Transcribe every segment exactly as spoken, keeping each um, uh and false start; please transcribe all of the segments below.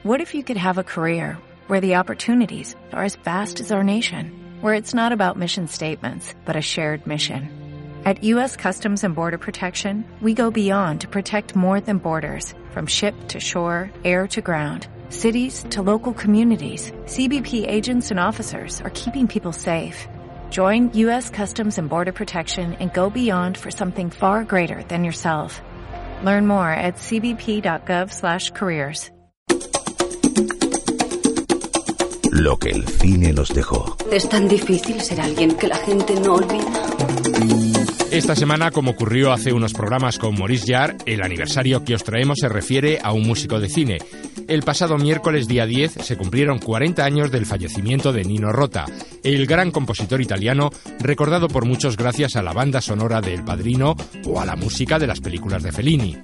What if you could have a career where the opportunities are as vast as our nation, where it's not about mission statements, but a shared mission? At U S Customs and Border Protection, we go beyond to protect more than borders, from ship to shore, air to ground, cities to local communities. C B P agents and officers are keeping people safe. Join U S Customs and Border Protection and go beyond for something far greater than yourself. Learn more at c b p dot gov slash careers. Lo que el cine nos dejó. Es tan difícil ser alguien que la gente no olvida. Esta semana, como ocurrió hace unos programas con Maurice Jarre, el aniversario que os traemos se refiere a un músico de cine. El pasado miércoles día diez se cumplieron cuarenta años del fallecimiento de Nino Rota, el gran compositor italiano recordado por muchos gracias a la banda sonora de El Padrino o a la música de las películas de Fellini.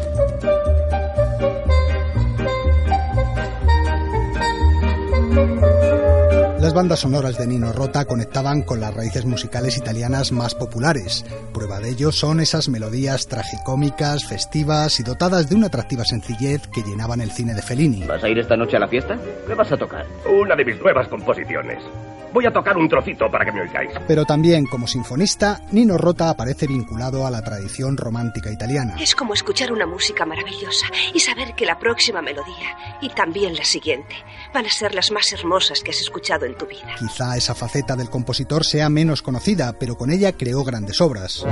Las bandas sonoras de Nino Rota conectaban con las raíces musicales italianas más populares. Prueba de ello son esas melodías tragicómicas, festivas y dotadas de una atractiva sencillez que llenaban el cine de Fellini. ¿Vas a ir esta noche a la fiesta? ¿Qué vas a tocar? Una de mis nuevas composiciones. Voy a tocar un trocito para que me oigáis. Pero también, como sinfonista, Nino Rota aparece vinculado a la tradición romántica italiana. Es como escuchar una música maravillosa y saber que la próxima melodía, y también la siguiente, van a ser las más hermosas que has escuchado en tu vida. Quizá esa faceta del compositor sea menos conocida, pero con ella creó grandes obras.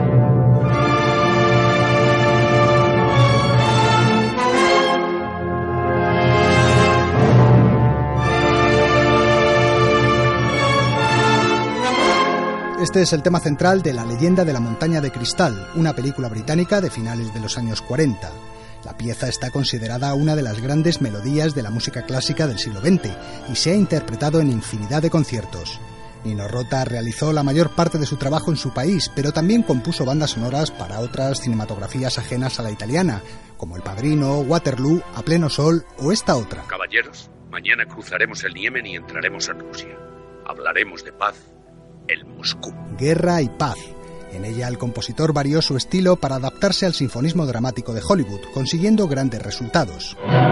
Este es el tema central de La leyenda de la montaña de cristal, una película británica de finales de los años cuarenta. La pieza está considerada una de las grandes melodías de la música clásica del siglo veinte y se ha interpretado en infinidad de conciertos. Nino Rota realizó la mayor parte de su trabajo en su país, pero también compuso bandas sonoras para otras cinematografías ajenas a la italiana, como El Padrino, Waterloo, A pleno sol o esta otra. Caballeros, mañana cruzaremos el Niemen y entraremos en Rusia. Hablaremos de paz. El Moscú. Guerra y paz. En ella el compositor varió su estilo para adaptarse al sinfonismo dramático de Hollywood, consiguiendo grandes resultados.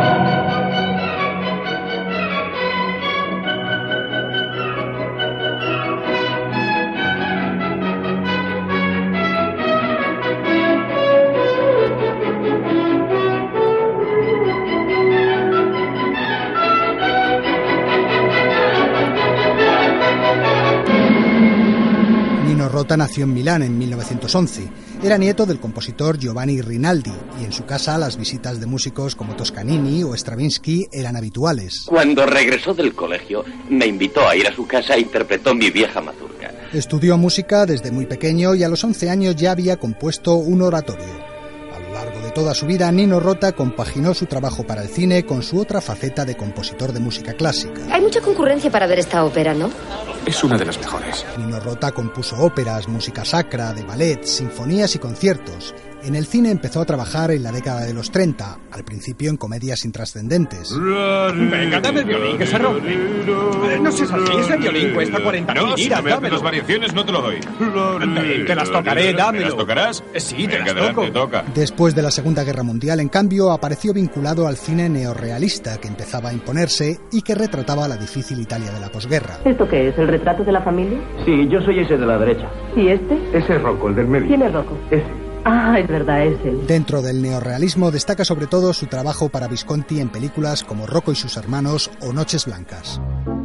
Rota nació en Milán en mil novecientos once. Era nieto del compositor Giovanni Rinaldi y en su casa las visitas de músicos como Toscanini o Stravinsky eran habituales. Cuando regresó del colegio, me invitó a ir a su casa e interpretó mi vieja mazurca. Estudió música desde muy pequeño y a los once años ya había compuesto un oratorio. A lo largo de toda su vida, Nino Rota compaginó su trabajo para el cine con su otra faceta de compositor de música clásica. Hay mucha concurrencia para ver esta ópera, ¿no? Es una de las mejores. Nino Rota compuso óperas, música sacra, de ballet, sinfonías y conciertos. En el cine empezó a trabajar en la década de los treinta, al principio en comedias intrascendentes. Venga, dame el violín, que se rompe. No seas así, ese violín cuesta cuarenta mil no, liras, si no me las variaciones no te lo doy. Te, te las tocaré, dámelo. ¿Te las tocarás? Sí, te Venga, las toco. adelante, toca. Después de la Segunda Guerra Mundial, en cambio, apareció vinculado al cine neorrealista que empezaba a imponerse y que retrataba la difícil Italia de la posguerra. ¿Esto qué es? ¿El retrato de la familia? Sí, yo soy ese de la derecha. ¿Y este? Ese es Rocco, el del medio. ¿Quién es Rocco? Ese. Ah, es verdad, es él. Dentro del neorrealismo destaca sobre todo su trabajo para Visconti en películas como Rocco y sus hermanos o Noches blancas.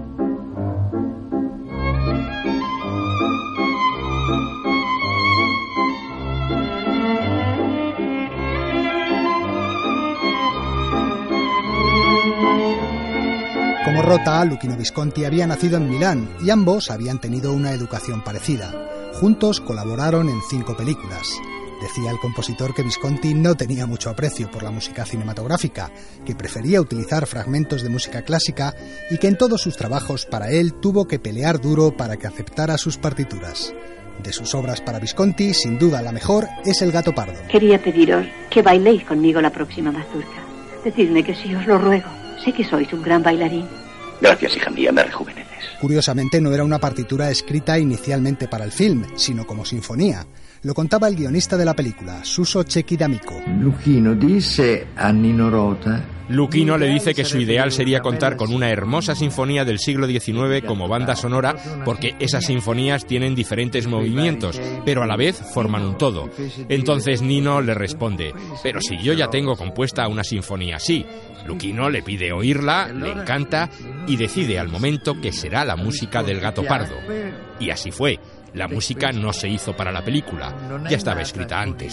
Como Rota, Luchino Visconti había nacido en Milán y ambos habían tenido una educación parecida. Juntos colaboraron en cinco películas. Decía el compositor que Visconti no tenía mucho aprecio por la música cinematográfica, que prefería utilizar fragmentos de música clásica y que en todos sus trabajos para él tuvo que pelear duro para que aceptara sus partituras. De sus obras para Visconti, sin duda la mejor es El gato pardo. Quería pediros que bailéis conmigo la próxima mazurca. Decidme que sí, os lo ruego. Sé que sois un gran bailarín. Gracias, hija mía, me rejuveneces. Curiosamente no era una partitura escrita inicialmente para el film, sino como sinfonía. Lo contaba el guionista de la película, Suso Cecchi D'Amico. Luchino disse a Nino Rota Luchino le dice que su ideal sería contar con una hermosa sinfonía del siglo diecinueve como banda sonora, porque esas sinfonías tienen diferentes movimientos, pero a la vez forman un todo. Entonces Nino le responde: pero si yo ya tengo compuesta una sinfonía así. Luchino le pide oírla, le encanta y decide al momento que será la música del Gato Pardo. Y así fue. La música no se hizo para la película, ya estaba escrita antes.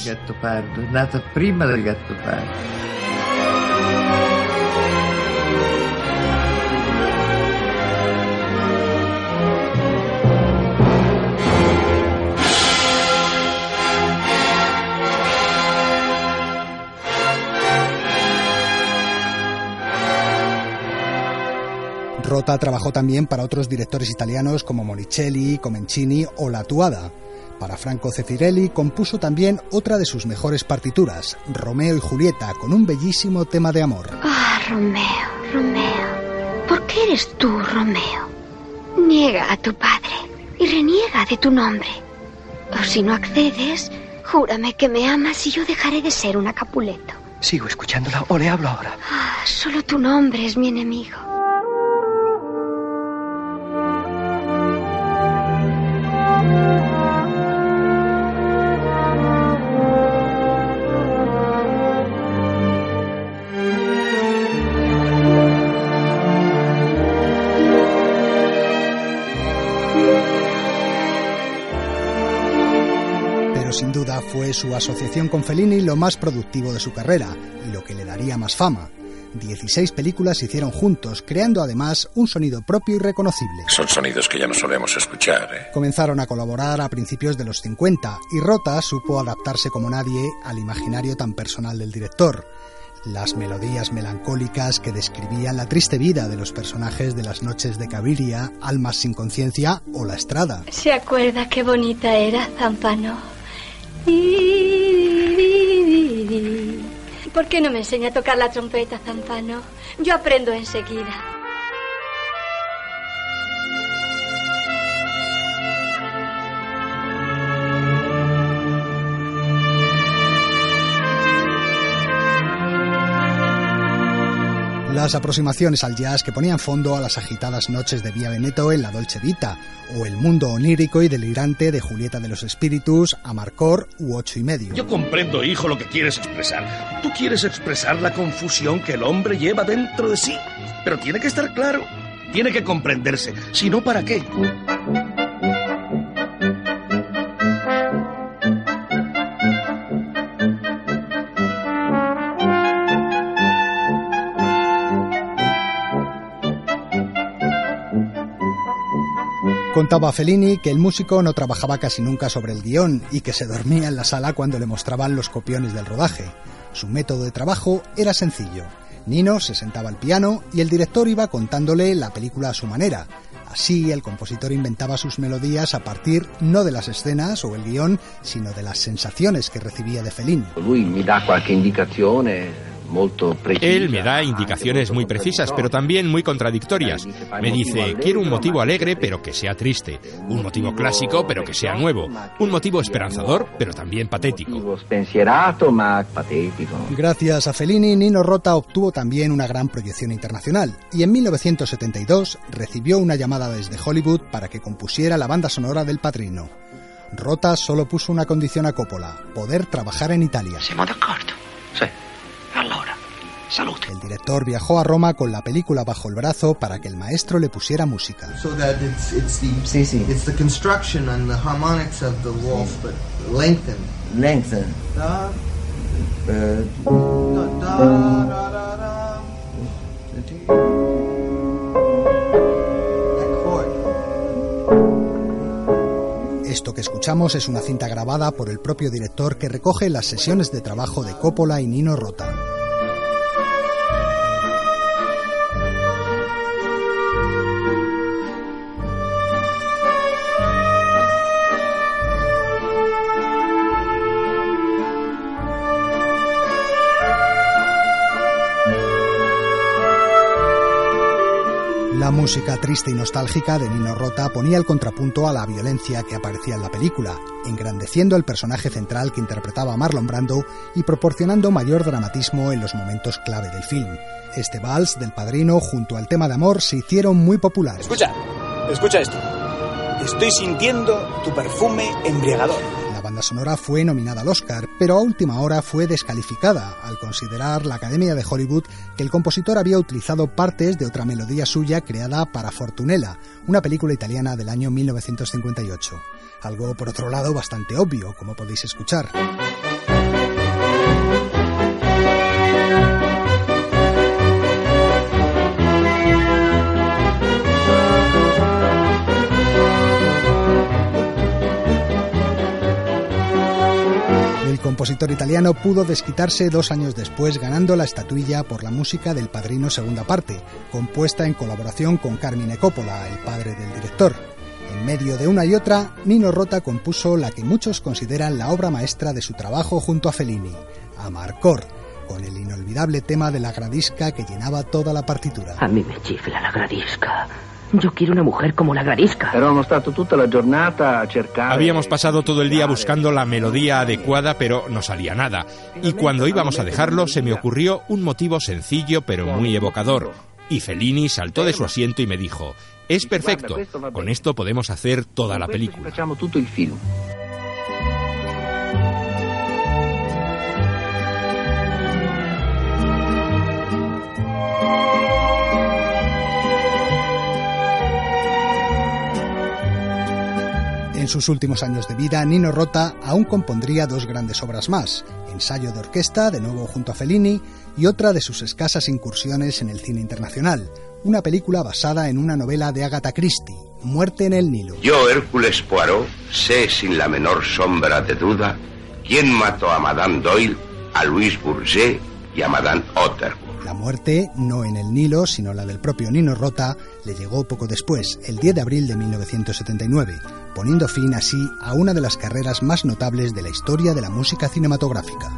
Rota trabajó también para otros directores italianos como Monicelli, Comencini o La Tuada. Para Franco Zeffirelli compuso también otra de sus mejores partituras, Romeo y Julieta, con un bellísimo tema de amor. Ah, Romeo, Romeo, ¿por qué eres tú, Romeo? Niega a tu padre y reniega de tu nombre. O si no accedes, júrame que me amas y yo dejaré de ser una Capuleto. Sigo escuchándola o le hablo ahora. Ah, solo tu nombre es mi enemigo. Sin duda fue su asociación con Fellini lo más productivo de su carrera y lo que le daría más fama. Dieciséis películas se hicieron juntos, creando además un sonido propio y reconocible. Son sonidos que ya no solemos escuchar, ¿eh? Comenzaron a colaborar a principios de los cincuenta y Rota supo adaptarse como nadie al imaginario tan personal del director. Las melodías melancólicas que describían la triste vida de los personajes de Las noches de Cabiria, Almas sin conciencia o La Estrada. ¿Se acuerda qué bonita era Zampano? ¿Por qué no me enseña a tocar la trompeta, Zampano? Yo aprendo enseguida. Las aproximaciones al jazz que ponían fondo a las agitadas noches de Via Veneto en la Dolce Vita, o el mundo onírico y delirante de Julieta de los Espíritus, Amarcord u Ocho y medio. Yo comprendo, hijo, lo que quieres expresar. Tú quieres expresar la confusión que el hombre lleva dentro de sí. Pero tiene que estar claro, tiene que comprenderse. Si no, ¿para qué? Contaba Fellini que el músico no trabajaba casi nunca sobre el guión y que se dormía en la sala cuando le mostraban los copiones del rodaje. Su método de trabajo era sencillo. Nino se sentaba al piano y el director iba contándole la película a su manera. Así, el compositor inventaba sus melodías a partir no de las escenas o el guión, sino de las sensaciones que recibía de Fellini. Lui mi da qualche indicazione. Él me da indicaciones muy precisas, pero también muy contradictorias. Me dice, quiero un motivo alegre, pero que sea triste. Un motivo clásico, pero que sea nuevo. Un motivo esperanzador, pero también patético. Gracias a Fellini, Nino Rota obtuvo también una gran proyección internacional y en mil novecientos setenta y dos recibió una llamada desde Hollywood para que compusiera la banda sonora del Padrino. Rota solo puso una condición a Coppola: poder trabajar en Italia. Siamo d'accordo. Sí. Allora, salute. El director viajó a Roma con la película bajo el brazo para que el maestro le pusiera música. So that it's, it's the, sí, sí. It's the construction and the harmonics of the waltz, but lengthen. Lengthen. Da, uh, da, da, da, da, da. Esto que escuchamos es una cinta grabada por el propio director que recoge las sesiones de trabajo de Coppola y Nino Rota. La música triste y nostálgica de Nino Rota ponía el contrapunto a la violencia que aparecía en la película, engrandeciendo al personaje central que interpretaba a Marlon Brando y proporcionando mayor dramatismo en los momentos clave del film. Este vals del Padrino junto al tema de amor se hicieron muy populares. Escucha, escucha esto. Estoy sintiendo tu perfume embriagador. La banda sonora fue nominada al Oscar, pero a última hora fue descalificada al considerar la Academia de Hollywood que el compositor había utilizado partes de otra melodía suya creada para Fortunella, una película italiana del año mil novecientos cincuenta y ocho. Algo, por otro lado, bastante obvio, como podéis escuchar. El compositor italiano pudo desquitarse dos años después ganando la estatuilla por la música del Padrino segunda parte, compuesta en colaboración con Carmine Coppola, el padre del director. En medio de una y otra, Nino Rota compuso la que muchos consideran la obra maestra de su trabajo junto a Fellini, Amarcord, con el inolvidable tema de la Gradisca que llenaba toda la partitura. A mí me chifla la Gradisca. Yo quiero una mujer como la Gradisca. Eravamo stato tutta la giornata a cercare. Habíamos pasado todo el día buscando la melodía adecuada, pero no salía nada. Y cuando íbamos a dejarlo, se me ocurrió un motivo sencillo, pero muy evocador. Y Fellini saltó de su asiento y me dijo: es perfecto, con esto podemos hacer toda la película. Facciamo tutto il film. En sus últimos años de vida, Nino Rota aún compondría dos grandes obras más, Ensayo de orquesta, de nuevo junto a Fellini, y otra de sus escasas incursiones en el cine internacional, una película basada en una novela de Agatha Christie, Muerte en el Nilo. Yo, Hércules Poirot, sé sin la menor sombra de duda quién mató a Madame Doyle, a Louis Bourget y a Madame Otterburn. La muerte, no en el Nilo, sino la del propio Nino Rota, le llegó poco después, el diez de abril de mil novecientos setenta y nueve, poniendo fin así a una de las carreras más notables de la historia de la música cinematográfica.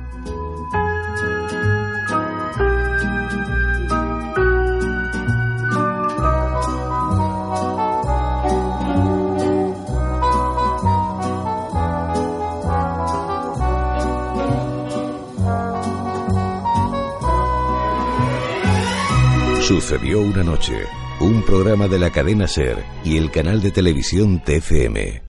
Sucedió una noche, un programa de la cadena SER y el canal de televisión T F M.